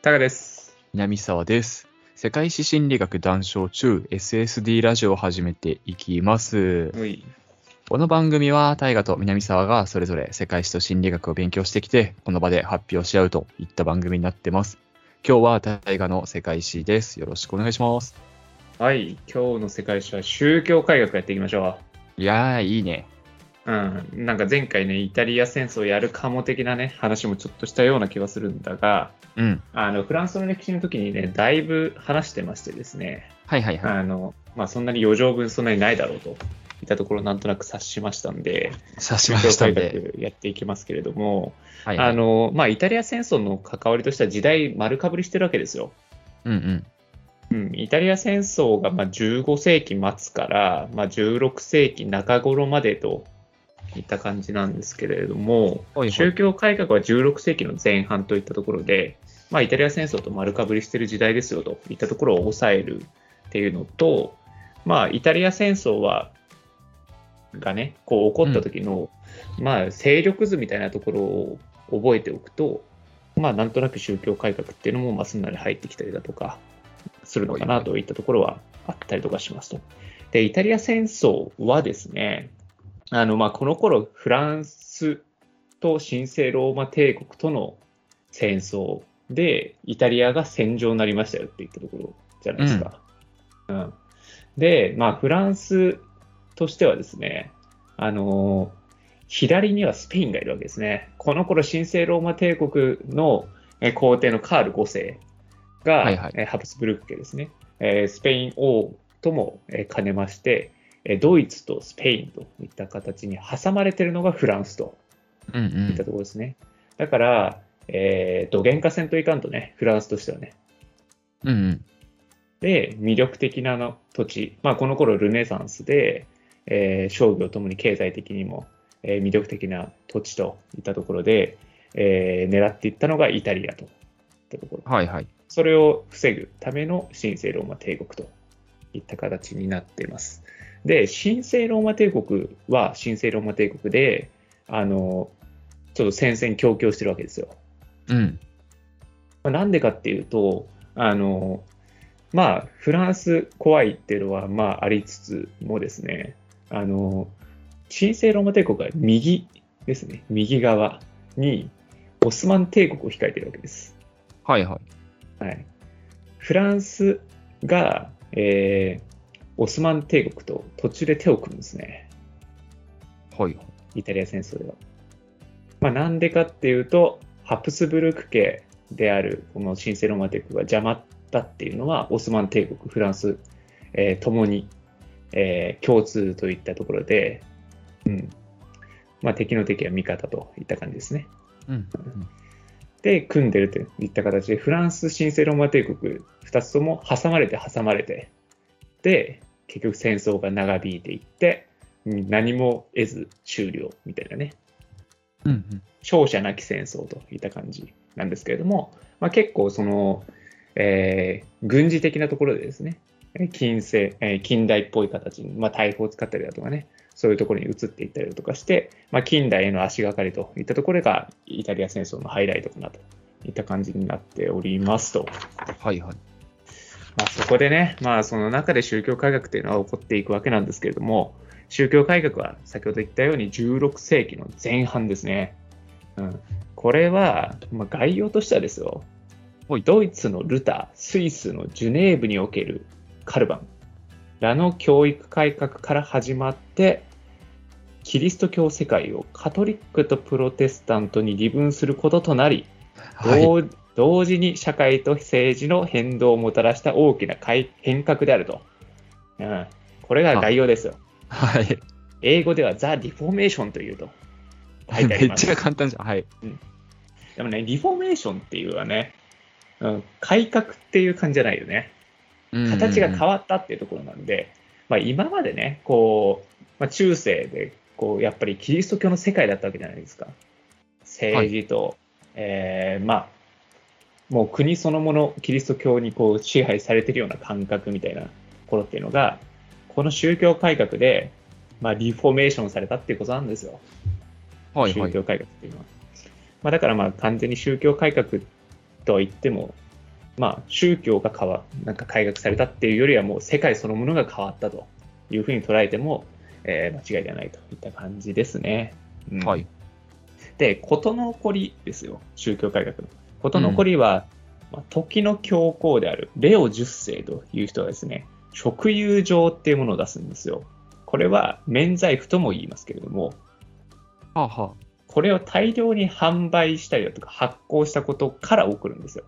タカです。 南沢です。世界史心理学談笑中 SSD ラジオを始めていきます。この番組は大河と南沢がそれぞれ世界史と心理学を勉強してきて、この場で発表し合うといった番組になってます。今日は大河の世界史です。よろしくお願いします。 はい、今日の世界史は宗教改革やっていきましょう。いやー、いいね。 なんか前回ね、イタリア戦争やるかも的なね、話もちょっとしたような気がするんだが、フランスの歴史の時にね、だいぶ話してましてですね、そんなに余剰分そんなにないだろうといったところをなんとなく察しましたんで、宗教改革やっていきますけれども、イタリア戦争の関わりとしては時代丸かぶりしてるわけですよ。イタリア戦争が15世紀末から16世紀中頃までといった感じなんですけれども、宗教改革は16世紀の前半といったところで、イタリア戦争と丸かぶりしている時代ですよといったところを抑えるっていうのと、イタリア戦争がね、こう起こった時の、勢力図みたいなところを覚えておくと、なんとなく宗教改革っていうのもすんなり入ってきたりだとかするのかなといったところはあったりとかしますと。で、イタリア戦争はですね、この頃フランスと神聖ローマ帝国との戦争でイタリアが戦場になりましたよっていったところじゃないですか。で、フランスとしてはですね、左にはスペインがいるわけですね。この頃神聖ローマ帝国の皇帝のカール5世が、ハプスブルク家ですね、スペイン王とも兼ねまして、ドイツとスペインといった形に挟まれているのがフランスといったところですね。だから、どげんかせんといかんとね、フランスとしてはね。で、魅力的な土地、この頃ルネサンスで、商業ともに経済的にも、魅力的な土地といったところで、狙っていったのがイタリアといったところ。それを防ぐための神聖ローマ帝国といった形になっています。で、神聖ローマ帝国は神聖ローマ帝国で、ちょっと戦々恐々してるわけですよ。なんでかっていうと、フランス怖いっていうのはありつつもですね、神聖ローマ帝国は右ですね、右側にオスマン帝国を控えているわけです。フランスが、オスマン帝国と途中で手を組むんですね。イタリア戦争では。なんでかっていうと、ハプスブルク家であるこの神聖ローマ帝国が邪魔だっていうのは、オスマン帝国、フランス、ともに、共通といったところで、敵の敵は味方といった感じですね。で、組んでるといった形で、フランス、神聖ローマ帝国、2つとも挟まれて、で、結局戦争が長引いていって、何も得ず終了みたいなね。勝者なき戦争といった感じなんですけれども、結構その、軍事的なところでですね、近代っぽい形に、大砲を使ったりだとかね、そういうところに移っていったりだとかして、近代への足がかりといったところがイタリア戦争のハイライトかなといった感じになっておりますと。そこでね、その中で宗教改革というのは起こっていくわけなんですけれども、宗教改革は先ほど言ったように16世紀の前半ですね。これは、概要としてはですよ、ドイツのルター、スイスのジュネーブにおけるカルバンらの教育改革から始まって、キリスト教世界をカトリックとプロテスタントに二分することとなり、同時に社会と政治の変動をもたらした大きな変革であると。これが概要ですよ。英語ではザ・リフォーメーションというと書いてあります。 めっちゃ簡単じゃん。 でもね、リフォーメーションっていうのはね、改革っていう感じじゃないよね。形が変わったっていうところなんで、今までね、こう、中世でこうやっぱりキリスト教の世界だったわけじゃないですか。政治と、もう国そのものキリスト教にこう支配されているような感覚みたいなところっていうのが、この宗教改革で、リフォーメーションされたっていうことなんですよ。宗教改革っていうのは。だから完全に宗教改革とは言っても宗教がなんか改革されたっていうよりはもう世界そのものが変わったというふうに捉えても、間違いではないといった感じですね。 はい。 で、事の起こりですよ、宗教改革の。事の起こりは、時の教皇であるレオ10世という人がですね、職有状っていうものを出すんですよ。これは免罪符とも言いますけれども、これを大量に販売したりだとか発行したことから起こるんですよ。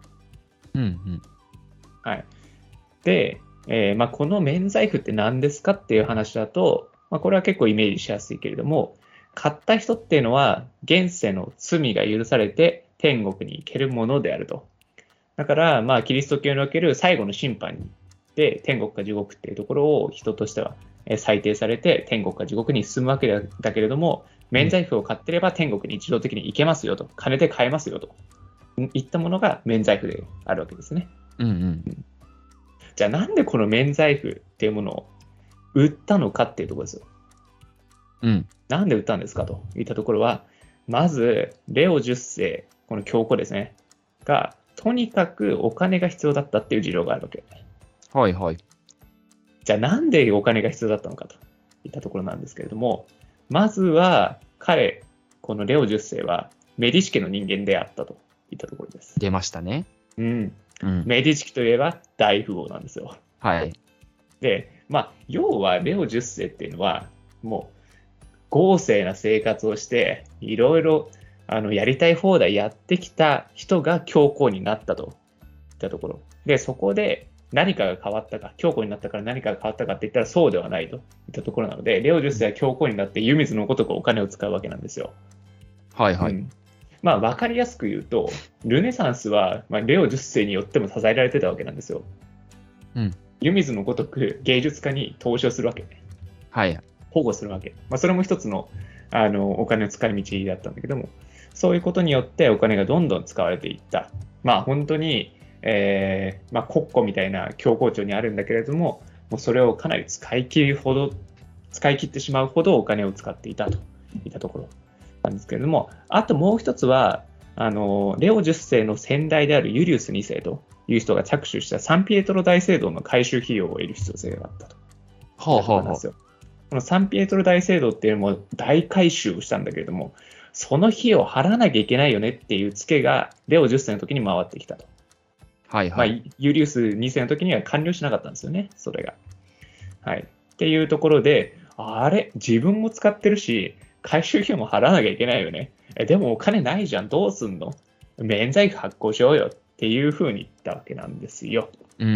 はい。で、この免罪符って何ですかっていう話だと、これは結構イメージしやすいけれども、買った人っていうのは現世の罪が許されて天国に行けるものであると。だから、キリスト教における最後の審判で天国か地獄っていうところを人としては裁定されて天国か地獄に進むわけだけれども、免罪符を買ってれば天国に自動的に行けますよと、金で買えますよといったものが免罪符であるわけですね。じゃあなんでこの免罪符っていうものを売ったのかっていうところですよ。なんで売ったんですかといったところは、まずレオ10世、この教皇ですね、がとにかくお金が必要だったっていう事情があるわけ。 はいはい。 じゃあなんでお金が必要だったのかといったところなんですけれども、まずはこのレオ10世はメディチ家の人間であったといったところです。 出ましたね。 メディチ家といえば大富豪なんですよ。 はい。 で、要はレオ10世っていうのはもう豪勢な生活をしていろいろやりたい放題やってきた人が教皇になったといったところで、そこで何かが変わったか、教皇になったから何かが変わったかって言ったらそうではないといったところなので、レオ10世は教皇になって湯水のごとくお金を使うわけなんですよ。 はいはい。 わかりやすく言うと、ルネサンスは、レオ10世によっても支えられてたわけなんですよ。湯水のごとく芸術家に投資をするわけ。 はい。 保護するわけ。それも一つの、お金の使い道だったんだけども、そういうことによってお金がどんどん使われていった。本当に、国庫みたいな教皇庁にあるんだけれども、もうそれをかなり使い切ってしまうほどお金を使っていたといったところなんですけれども、あともう一つは、レオ10世の先代であるユリウス2世という人が着手したサンピエトロ大聖堂の改修費用を得る必要性があったと。このサンピエトロ大聖堂っていうのも大改修をしたんだけれども、その費用を払わなきゃいけないよねっていうツケがレオ10世の時に回ってきたと。ユリウス2世の時には完了しなかったんですよね、それが。っていうところで、自分も使ってるし、回収費用も払わなきゃいけないよね。でもお金ないじゃん、どうすんの？免罪符発行しようよっていうふうに言ったわけなんですよ。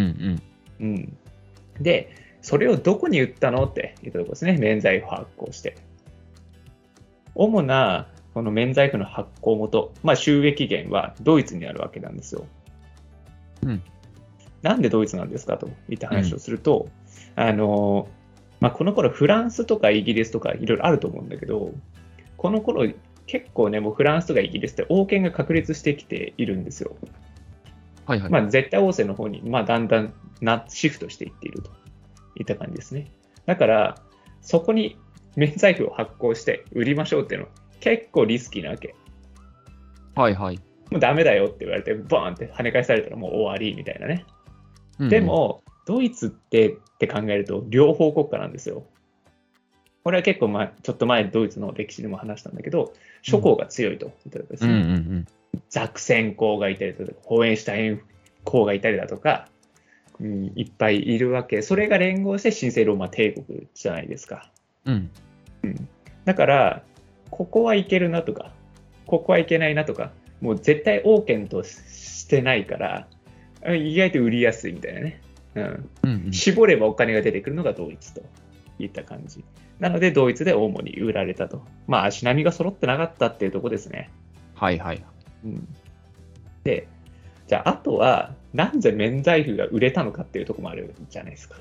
で、それをどこに売ったのって言ったところですね、免罪符発行して。主なこの免罪符の発行元、収益源はドイツにあるわけなんですよ。なんでドイツなんですかといった話をすると、この頃フランスとかイギリスとかいろいろあると思うんだけど、この頃結構ね、もうフランスとかイギリスって王権が確立してきているんですよ。絶対王政の方に、だんだんシフトしていっているといった感じですね。だからそこに免罪符を発行して売りましょうっていうのは結構リスキーなわけ。もうダメだよって言われてバーンって跳ね返されたらもう終わりみたいなね。でもドイツって考えると両方国家なんですよ。これは結構ちょっと前ドイツの歴史でも話したんだけど、諸侯が強いといったとですね。ザクセン公がいたりとか、ホーエンシュタイン公がいたりだとか、いっぱいいるわけ。それが連合して神聖ローマ帝国じゃないですか。だからここはいけるなとか、ここはいけないなとか、もう絶対王権としてないから意外と売りやすいみたいなね。絞ればお金が出てくるのがドイツといった感じ。なのでドイツで主に売られたと。足並みが揃ってなかったっていうところですね。で、じゃああとはなぜ免罪符が売れたのかっていうところもあるじゃないですか。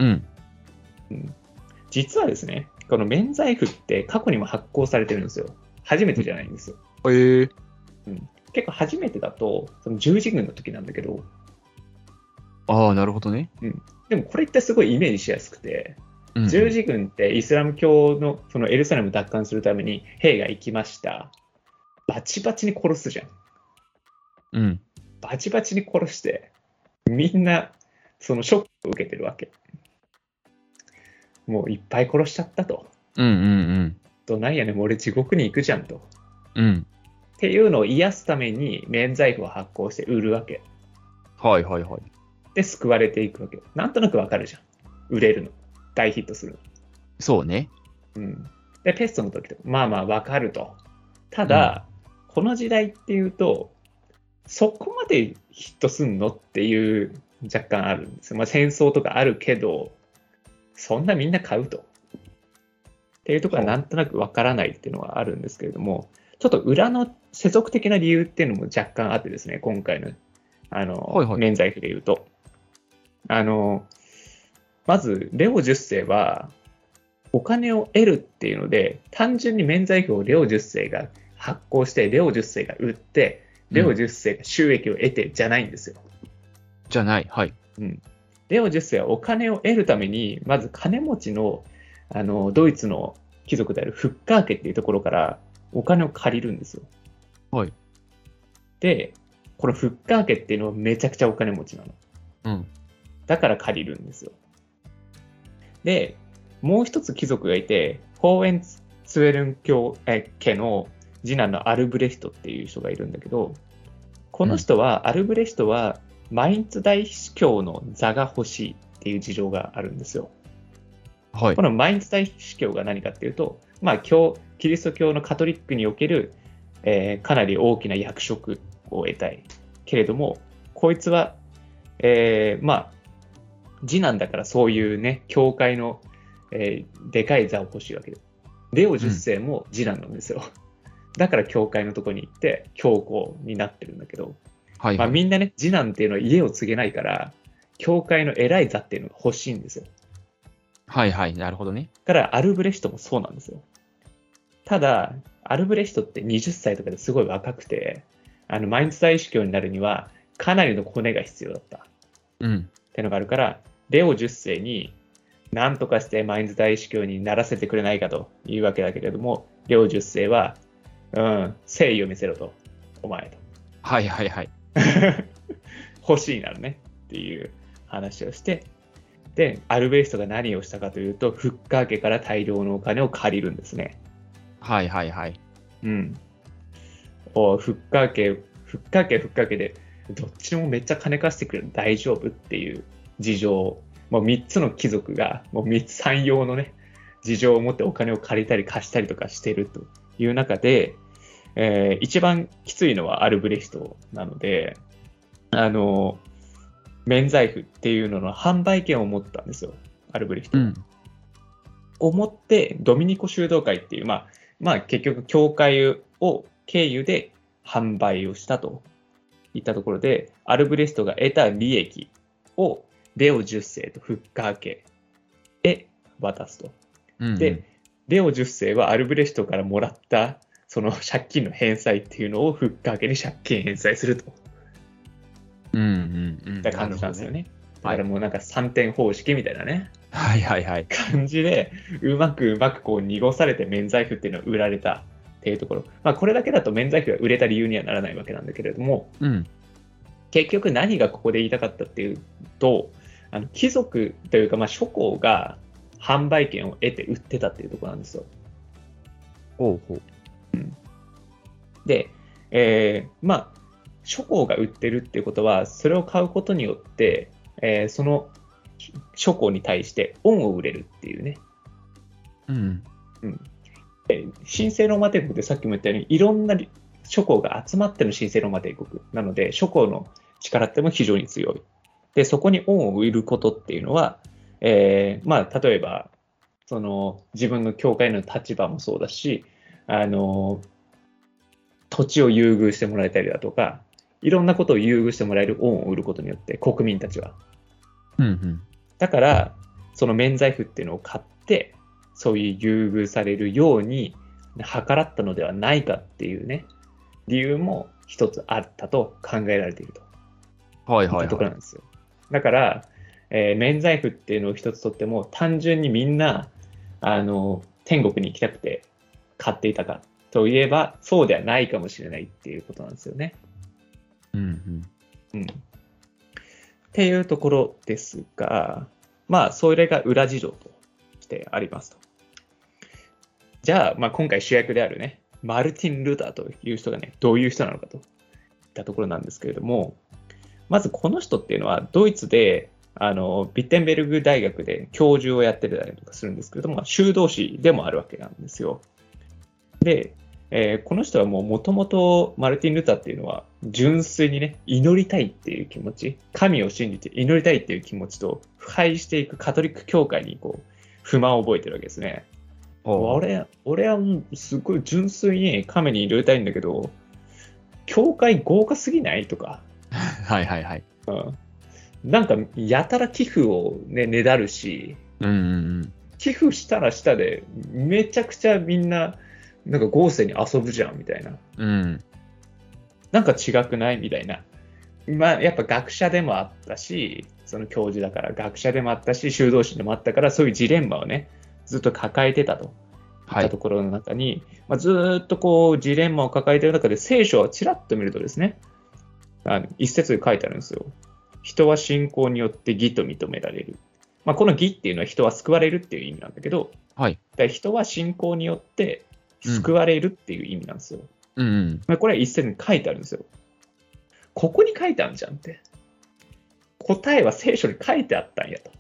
実はですね、この免罪符って過去にも発行されてるんですよ。初めてじゃないんですよ。結構初めてだとその十字軍の時なんだけど。 なるほどね。 でもこれってすごいイメージしやすくて、十字軍ってイスラム教のそのエルサレム奪還するために兵が行きました。バチバチに殺すじゃん。バチバチに殺して、 みんなそのショックを受けてるわけ。もういっぱい殺しちゃったと。なんやねん、俺地獄に行くじゃんと。っていうのを癒すために免罪符を発行して売るわけ。で、救われていくわけ。なんとなくわかるじゃん。売れるの。大ヒットするの。 そうね。 で、ペストの時とか、まあまあわかると。ただ、この時代っていうと、そこまでヒットすんのっていう若干あるんですよ。戦争とかあるけど、そんなみんな買うと。っていうところはなんとなくわからないっていうのはあるんですけれども、ちょっと裏の世俗的な理由っていうのも若干あってですね、今回の免罪符で言うと。まず、レオ10世は、お金を得るっていうので、単純に免罪符をレオ10世が発行して、レオ10世が売って、レオ10世が収益を得てじゃないんですよ。 じゃない。 レオ10世はお金を得るために、まず金持ちの、ドイツの貴族であるフッカー家っていうところからお金を借りるんですよ。で、このフッカー家っていうのはめちゃくちゃお金持ちなの。だから借りるんですよ。で、もう一つ貴族がいて、ホーエンツェルン家の次男のアルブレヒトっていう人がいるんだけど、この人は、アルブレヒトはマインツ大司教の座が欲しいっていう事情があるんですよ。このマインツ大司教が何かっていうと、キリスト教のカトリックにおける、かなり大きな役職を得たい。けれども、こいつは、次男だからそういうね、教会の、でかい座を欲しいわけで。レオ10世も次男なんですよ。だから教会のとこに行って教皇になってるんだけど、みんなね、次男っていうのは家を継げないから、教会の偉い座っていうのが欲しいんですよ。 なるほどね。 だからアルブレヒトもそうなんですよ。ただ、アルブレヒトって20歳とかですごい若くて、マインツ大司教になるにはかなりのコネが必要だった。っていうのがあるから、レオ10世に何とかしてマインツ大司教にならせてくれないかというわけだけれども、レオ10世は、誠意を見せろと、お前と。欲しいならねっていう話をして、で、アルベレヒトが何をしたかというと、フッカー家から大量のお金を借りるんですね。フッカー家で、どっちもめっちゃ金貸してくれる、大丈夫っていう事情、もう3つの貴族が、もう3つ3様のね、事情を持ってお金を借りたり貸したりとかしてるという中で、一番きついのはアルブレヒトなので、免罪符っていうのの販売権を持ったんですよ、アルブレヒト。を持ってドミニコ修道会っていう、結局教会を経由で販売をしたといったところで、アルブレヒトが得た利益をレオ10世とフッカー家へ渡すと。で、レオ10世はアルブレヒトからもらったその借金の返済っていうのをフッカー家に借金返済すると。って感じなんですよね。だからもうなんか3点方式みたいなね。感じで、うまくこう濁されて免罪符っていうのを売られたっていうところ。これだけだと免罪符が売れた理由にはならないわけなんだけれども、結局何がここで言いたかったっていうと、貴族というか、諸公が販売権を得て売ってたっていうところなんですよ。で、諸公が売ってるっていうことは、それを買うことによって、その諸公に対して恩を売れるっていうね。神聖ローマ帝国でさっきも言ったように、いろんな諸公が集まっての神聖ローマ帝国なので、諸公の力っても非常に強い。で、そこに恩を売ることっていうのは、例えば、その自分の教会の立場もそうだし、土地を優遇してもらえたりだとか、いろんなことを優遇してもらえる恩を売ることによって、国民たちは。だから、その免罪符っていうのを買って、そういう優遇されるように計らったのではないかっていうね、理由も一つあったと考えられていると。いうところなんですよ。だから、免罪符っていうのを一つとっても、単純にみんな、天国に行きたくて買っていたかといえば、そうではないかもしれないっていうことなんですよね。ってっていうところですが、まあ、それが裏事情としてありますと。じゃあ、まあ、今回主役であるね、マルティン・ルターという人がね、どういう人なのかといったところなんですけれども、まずこの人っていうのは、ドイツで、ビッテンベルグ大学で教授をやってたりとかするんですけれども、修道士でもあるわけなんですよ。で、この人はもともとマルティン・ルターっていうのは純粋にね、祈りたいっていう気持ち、神を信じて祈りたいっていう気持ちと腐敗していくカトリック教会にこう不満を覚えてるわけですね。俺はすごい純粋に神に祈りたいんだけど、教会豪華すぎないとか。 はいはいはい。 なんかやたら寄付をね、ねだるし、寄付したらしたでめちゃくちゃみんななんか豪勢に遊ぶじゃんみたいな。なんか違くないみたいな。まあやっぱ学者でもあったし、その教授だから学者でもあったし、修道士でもあったから、そういうジレンマをね、ずっと抱えてたといったところの中に、ずっとこうジレンマを抱えている中で聖書をちらっと見るとですね、一節で書いてあるんですよ。人は信仰によって義と認められる。この義っていうのは人は救われるっていう意味なんだけど、人は信仰によって救われるっていう意味なんですよ。これは一節に書いてあるんですよ。ここに書いてあるじゃんって。答えは聖書に書いてあったんやと。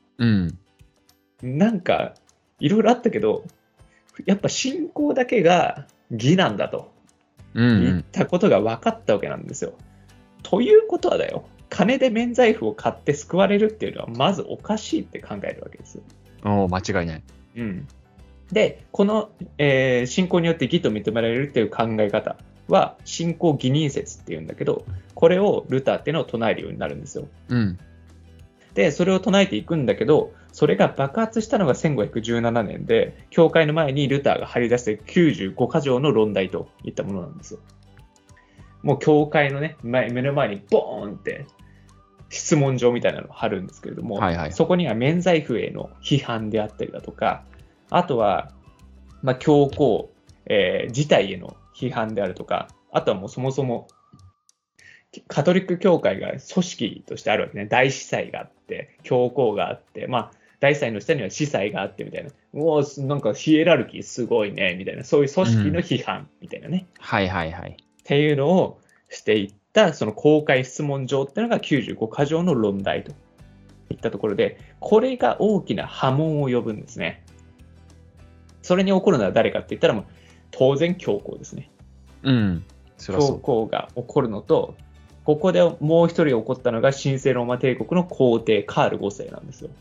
なんかいろいろあったけど、やっぱ信仰だけが義なんだと言ったことが分かったわけなんですよ。ということはだよ、金で免罪符を買って救われるっていうのはまずおかしいって考えるわけですよ。 間違いない。 で、この、信仰によって義と認められるっていう考え方は信仰義人説っていうんだけど、これをルターっていうのを唱えるようになるんですよ。で、それを唱えていくんだけど、それが爆発したのが1517年で、教会の前にルターが張り出して95箇条の論題といったものなんですよ。もう教会のね、目の前にボーンって質問状みたいなのを貼るんですけれども、そこには免罪符への批判であったりだとか、あとは、教皇、自体への批判であるとか、あとはもうそもそもカトリック教会が組織としてあるわけね。大司祭があって、教皇があって、大司祭の下には司祭があってみたいな。もうなんかヒエラルキーすごいね、みたいな。そういう組織の批判みたいなね。っていうのをしていった、その公開質問状っていうのが95箇条の論題といったところで、これが大きな波紋を呼ぶんですね。それに起こるのは誰かって言ったら、当然教皇ですね。教皇が起こるのと、ここでもう一人起こったのが神聖ローマ帝国の皇帝カール5世なんですよ。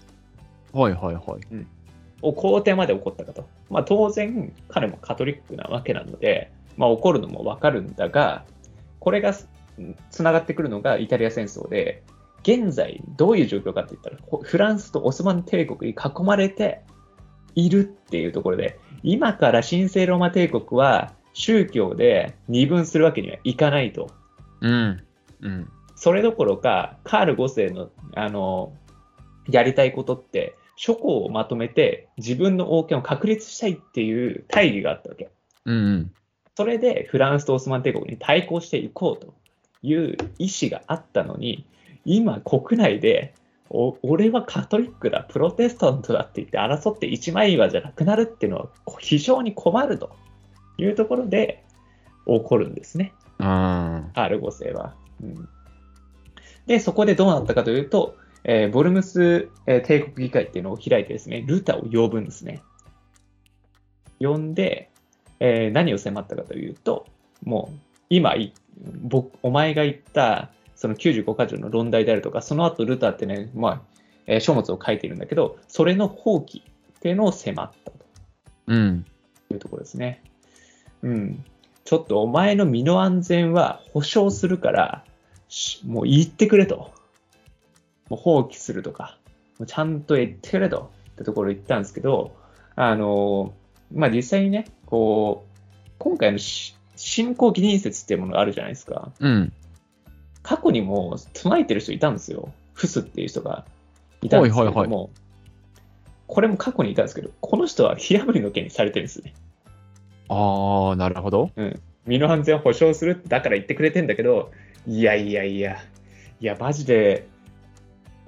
皇帝まで起こったかと。当然彼もカトリックなわけなので、起こるのもわかるんだが、これがつながってくるのがイタリア戦争で、現在どういう状況かって言ったら、フランスとオスマン帝国に囲まれているっていうところで、今から神聖ローマ帝国は宗教で二分するわけにはいかないと。それどころか、カール5世の、やりたいことって、諸侯をまとめて自分の王権を確立したいっていう大義があったわけ。それでフランスとオスマン帝国に対抗していこうという意思があったのに、今国内で俺はカトリックだ、プロテスタントだって言って争って一枚岩じゃなくなるっていうのは非常に困るというところで起こるんですね。カール5世は。で、そこでどうなったかというと、ボルムス、帝国議会っていうのを開いてですね、ルターを呼ぶんですね。呼んで、何を迫ったかというと、もう今お前が言ったその95箇条の論題であるとか、その後ルターってね、書物を書いているんだけど、それの放棄っていうのを迫ったというところですね。ちょっとお前の身の安全は保証するから、もう言ってくれと。もう放棄するとか、もうちゃんと言ってくれとってところを言ったんですけど、実際にね、今回の信仰義人説っていうものがあるじゃないですか。過去にも唱えてる人いたんですよ。フスっていう人がいたんですけども、これも過去にいたんですけど、この人は火あぶりの刑にされてるんですね。 なるほど。 身の安全を保証するってだから言ってくれてんだけど、いや、マジで、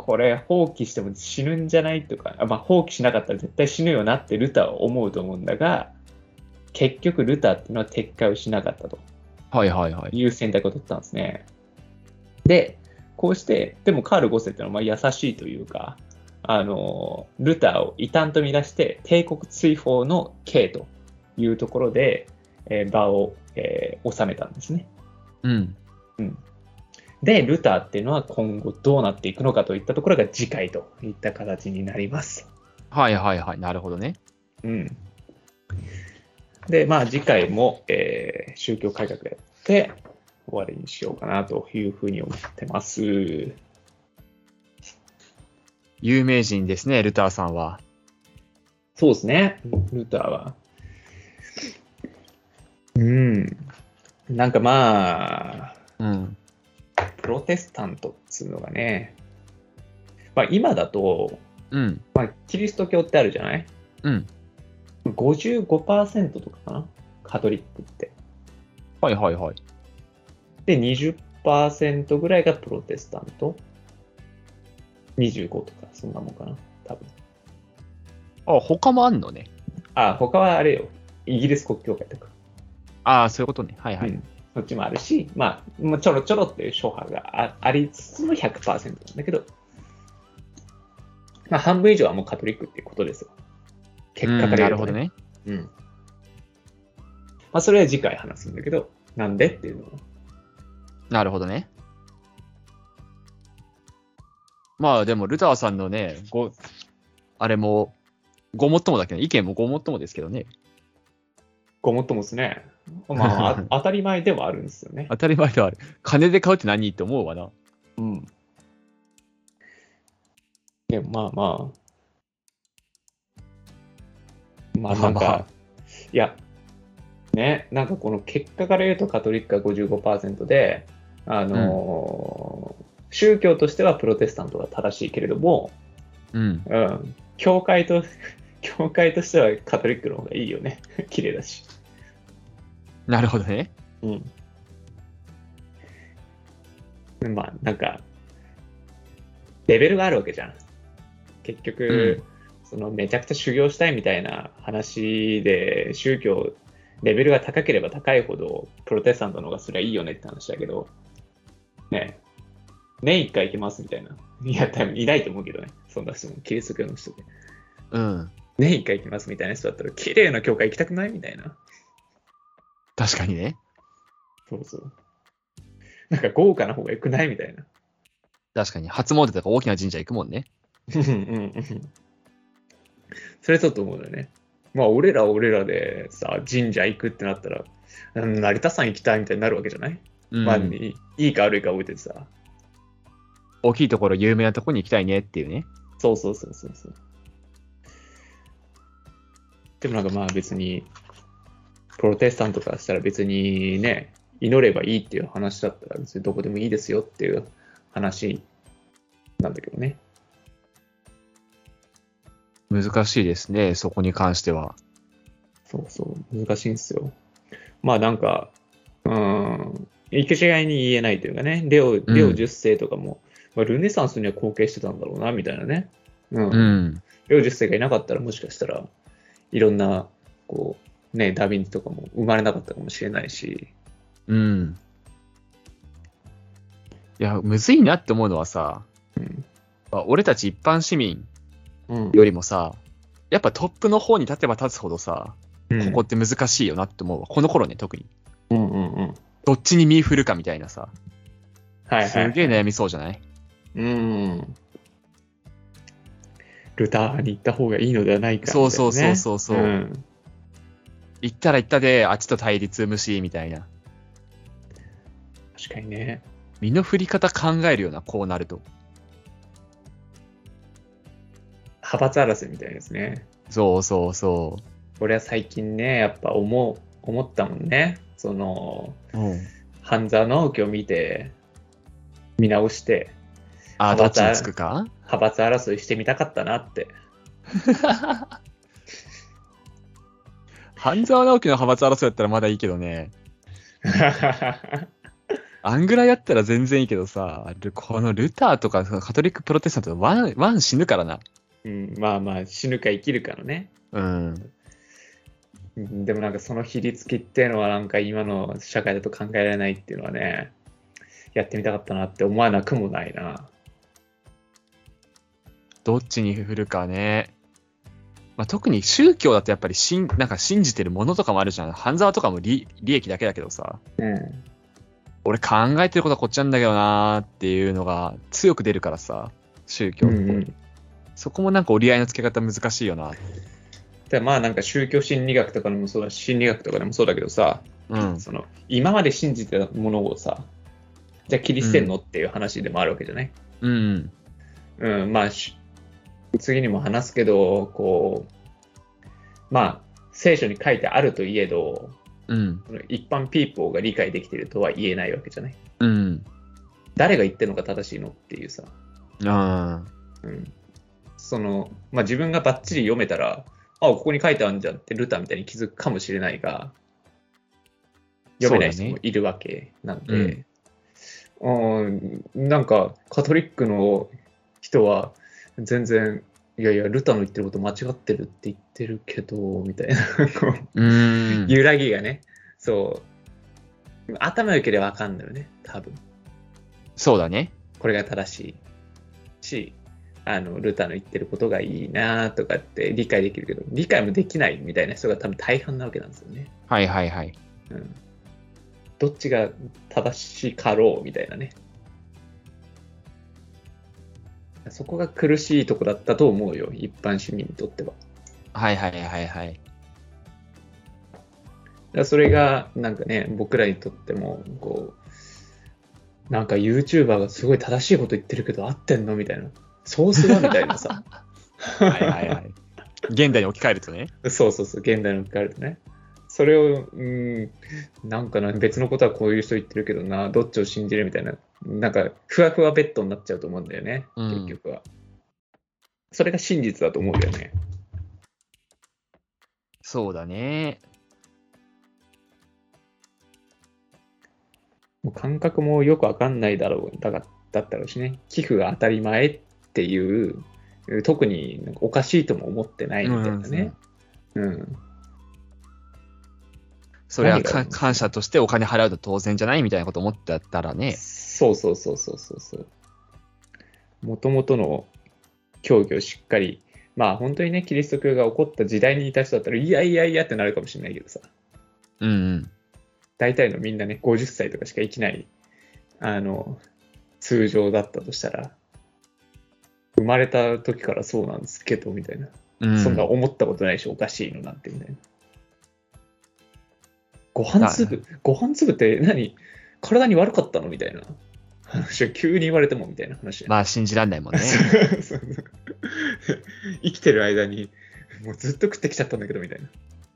これ放棄しても死ぬんじゃないとか、放棄しなかったら絶対死ぬよなってルターは思うと思うんだが、結局ルターっていうのは撤回をしなかったという選択を取ったんですね。で、こうして、でもカール5世っていうのは優しいというか、ルターを異端と見出して帝国追放の刑というところで、場を、収めたんですね。で、ルターっていうのは今後どうなっていくのかといったところが次回といった形になります。 なるほどね。 で、次回も、宗教改革やって終わりにしようかなというふうに思ってます。 有名人ですね、ルターさんは。 そうですね、ルターは。なんかプロテスタントっていうのがね、今だと、キリスト教ってあるじゃない？55% とかかな、カトリックって。で、20% ぐらいがプロテスタント。25とか、そんなもんかな、多分。 他もあんのね。 他はあれよ、イギリス国教会とか。 そういうことね。 そっちもあるし、ちょろちょろっていう諸派がありつつの 100% なんだけど、半分以上はもうカトリックっていうことですよ。結果から言うと、ね。 なるほどね。 それは次回話すんだけど、なんでっていうのは。 なるほどね。でも、ルターさんのね、あれも、ごもっともだけど、意見もごもっともですけどね。 ごもっともですね。当たり前ではあるんですよね。 当たり前ではある。金で買うって何って思うわな。 でもなんか、いや、ね、なんかこの結果から言うとカトリックが 55% で、宗教としてはプロテスタントが正しいけれども、教会としてはカトリックの方がいいよね。綺麗だし。 なるほどね。 なんか、レベルがあるわけじゃん。結局、めちゃくちゃ修行したいみたいな話で、宗教、レベルが高ければ高いほど、プロテスタントの方がそれはいいよねって話だけど、ね、年1回行きますみたいな。いや、多分いないと思うけどね。そんな人も、キリスト教の人で。年1回行きますみたいな人だったら、綺麗な教会行きたくないみたいな。 確かにね。 そうそう。なんか豪華な方が良くないみたいな。 確かに、初詣とか大きな神社行くもんね。 それちょっと思うよね。俺らでさ、神社行くってなったら、成田山行きたいみたいになるわけじゃない？いいか悪いか置いててさ。 大きいところ、有名なところに行きたいねっていうね。 そう。でも別に、プロテスタントからしたら別にね、祈ればいいっていう話だったら別にどこでもいいですよっていう話なんだけどね。 難しいですね、そこに関しては。 難しいんですよ。なんか、行く違いに言えないというかね、レオ10世とかも、ルネサンスには貢献してたんだろうな、みたいなね。レオ10世がいなかったらもしかしたら、いろんな、ダヴィンチとかも生まれなかったかもしれないし。 いや、むずいなって思うのはさ、俺たち一般市民よりもさ、やっぱトップの方に立てば立つほどさ、ここって難しいよなって思うわ。この頃ね、特に。どっちに身振るかみたいなさ。すげえ悩みそうじゃない？ ルターに行った方がいいのではないかみたいな、 ね。そう。行ったら行ったで、あっちと対立虫みたいな。 確かにね。 身の振り方考えるよな、こうなると。 派閥争いみたいですね。 そう。 俺は最近ね、やっぱ思ったもんね。半沢直樹を見直して、 どっちにつくか？ 派閥争いしてみたかったなって。 半沢直樹の派閥争いだったらまだいいけどね。 あんぐらいやったら全然いいけどさ、このルターとかカトリックプロテスタントワン死ぬからな。 うん、まあまあ死ぬか生きるかのね。 うん。 でもなんかその比率きっていうのはなんか今の社会だと考えられないっていうのはね、やってみたかったなって思わなくもないな。 どっちに振るかね。まあ、特に宗教だとやっぱりなんか信じてるものとかもあるじゃん。半沢とかも利益だけだけどさ。 うん。 俺考えてることはこっちなんだけどなーっていうのが強く出るからさ、宗教って、そこもなんか折り合いのつけ方難しいよな。 でまあなんか宗教心理学とかでもそうだし、心理学とかでもそうだけどさ、その今まで信じてたものをさ、じゃあ切り捨てんのっていう話でもあるわけじゃない？まあ次にも話すけど、こう、まあ聖書に書いてあるといえど、一般ピーポーが理解できているとは言えないわけじゃない？誰が言ってるのが正しいのっていうさ。その、まあ自分がバッチリ読めたら、あ、ここに書いてあるんじゃんってルターみたいに気づくかもしれないが、読めない人もいるわけなんで、なんかカトリックの人は全然、いやいや、ルターの言ってること間違ってるって言ってるけど、みたいな揺らぎがね、そう、頭良ければ分かんないよね、多分。 そうだね。 これが正しいし、ルターの言ってることがいいなとかって理解できるけど、理解もできないみたいな人が多分大半なわけなんですよね。 はいはいはい。 どっちが正しかろうみたいなね。そこが苦しいとこだったと思うよ、一般市民にとっては。 はいはいはいはい。 それがなんかね、僕らにとってもこうなんか YouTuber がすごい正しいこと言ってるけど合ってんのみたいな、ソースはみたいなさはいはいはい。現代に置き換えるとね。 そうそうそう、現代に置き換えるとね。それをなんかな、別のことはこういう人言ってるけどな、どっちを信じるみたいな、なんかふわふわベッドになっちゃうと思うんだよね、結局は。それが真実だと思うよね。 そうだね。 もう感覚もよくわかんないだろう、だったろうしね。寄付が当たり前っていう、特になんかおかしいとも思ってないみたいなね。 それは感謝としてお金払うと当然じゃないみたいなこと思ってたらね。 そうそうそうそうそう。もともとの教義をしっかり、まあ本当にね、キリスト教が起こった時代にいた人だったら、いやいやいやってなるかもしれないけどさ。大体のみんなね、50歳とかしか生きない、通常だったとしたら、生まれた時からそうなんですけど、みたいな。そんな思ったことないし、おかしいのなんて、みたいな。ご飯粒って何？体に悪かったのみたいな話を急に言われてもみたいな話。 まあ信じらんないもんね。 生きてる間にもうずっと食ってきちゃったんだけどみたいな。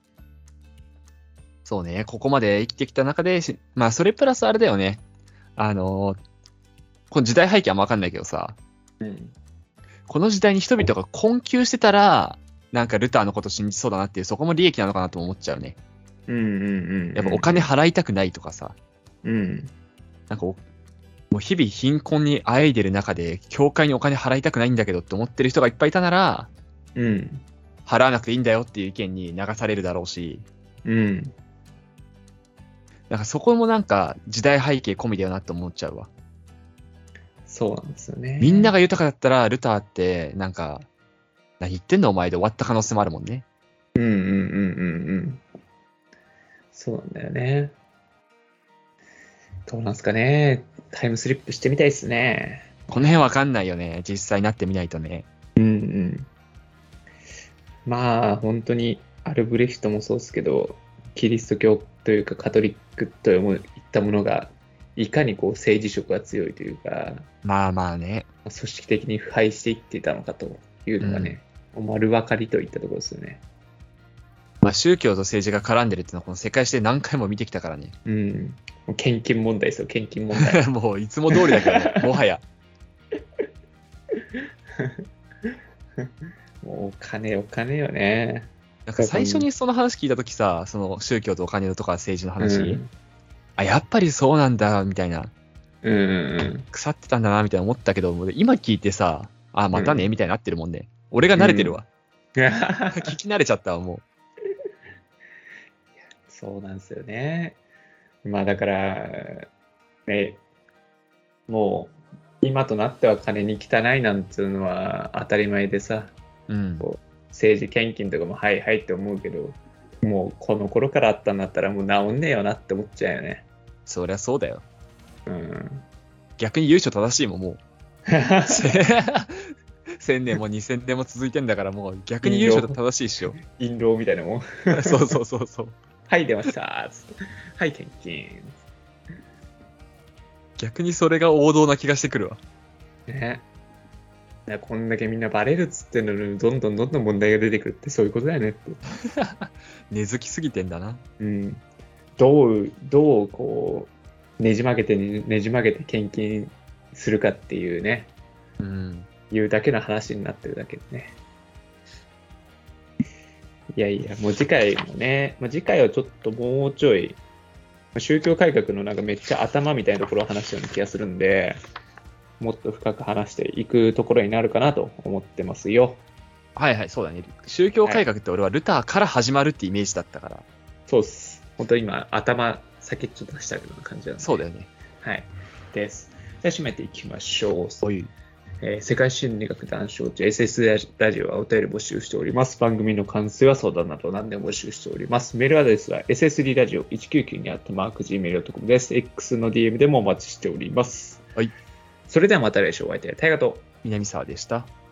そうね、ここまで生きてきた中で、まあそれプラスあれだよね。この時代背景はわかんないけどさ、この時代に人々が困窮してたら、なんかルターのこと信じそうだなっていう、そこも利益なのかなと思っちゃうね。やっぱお金払いたくないとかさ、なんかもう日々貧困にあえいでる中で、教会にお金払いたくないんだけどって思ってる人がいっぱいいたなら、払わなくていいんだよっていう意見に流されるだろうし、なんかそこもなんか時代背景込みだよなって思っちゃうわ。 そうなんですよね。 みんなが豊かだったら、ルターってなんか、何言ってんのお前で終わった可能性もあるもんね。 そうなんだよね。どうなんすかね。タイムスリップしてみたいですね。 この辺わかんないよね。実際になってみないとね。 まあ、本当にアルブレヒトもそうですけど、キリスト教というかカトリックといったものが、いかにこう政治色が強いというか、 まあまあね。 組織的に腐敗していっていたのかというのがね、丸分かりといったところですよね。 まあ宗教と政治が絡んでるっていうのはこの世界史で何回も見てきたからね。 もう献金問題ですよ、献金問題。 もういつも通りだけどね、もはや。 もうお金よね。 なんか最初にその話聞いたときさ、その宗教とお金とか政治の話、あ、やっぱりそうなんだ、みたいな。 腐ってたんだなみたいな思ったけど、今聞いてさ、あ、またね、みたいになってるもんね。俺が慣れてるわ。聞き慣れちゃったわ、もう。 そうなんですよね。まあだから、ね、もう、今となっては金に汚いなんていうのは当たり前でさ、こう政治献金とかもはいはいって思うけど、もうこの頃からあったんだったらもう治んねえよなって思っちゃうよね。 そりゃそうだよ。逆に由緒正しいもん、もう。1000年も2000年も続いてんだから、もう逆に由緒正しいっしょ。 陰謀みたいなもん。 そうそうそうそう。 はい、出ましたつって。はい、献金。 逆にそれが王道な気がしてくるわ。 ね。こんだけみんなバレるっつってんのに、どんどん問題が出てくるってそういうことだよねって。 根付きすぎてんだな。 どうこう、ねじ曲げて献金するかっていうね。いうだけの話になってるだけでね。いやいや、もう次回もね、次回はちょっともうちょい、宗教改革のなんかめっちゃ頭みたいなところを話したような気がするんで、もっと深く話していくところになるかなと思ってますよ。 はいはい、そうだね。宗教改革って俺はルターから始まるってイメージだったから。 そうっす。本当に今、頭先っちょっと出したような感じなんで。 そうだよね。 はい。です。じゃあ締めていきましょう。世界心理学談笑中 SS ラジオはお便り募集しております。番組の感想や相談など何でも募集しております。メールアドレスは ssdradio199@gmail.com です。X の DM でもお待ちしております。 はい。 それではまた来週お会いいたい。大河と南沢でした。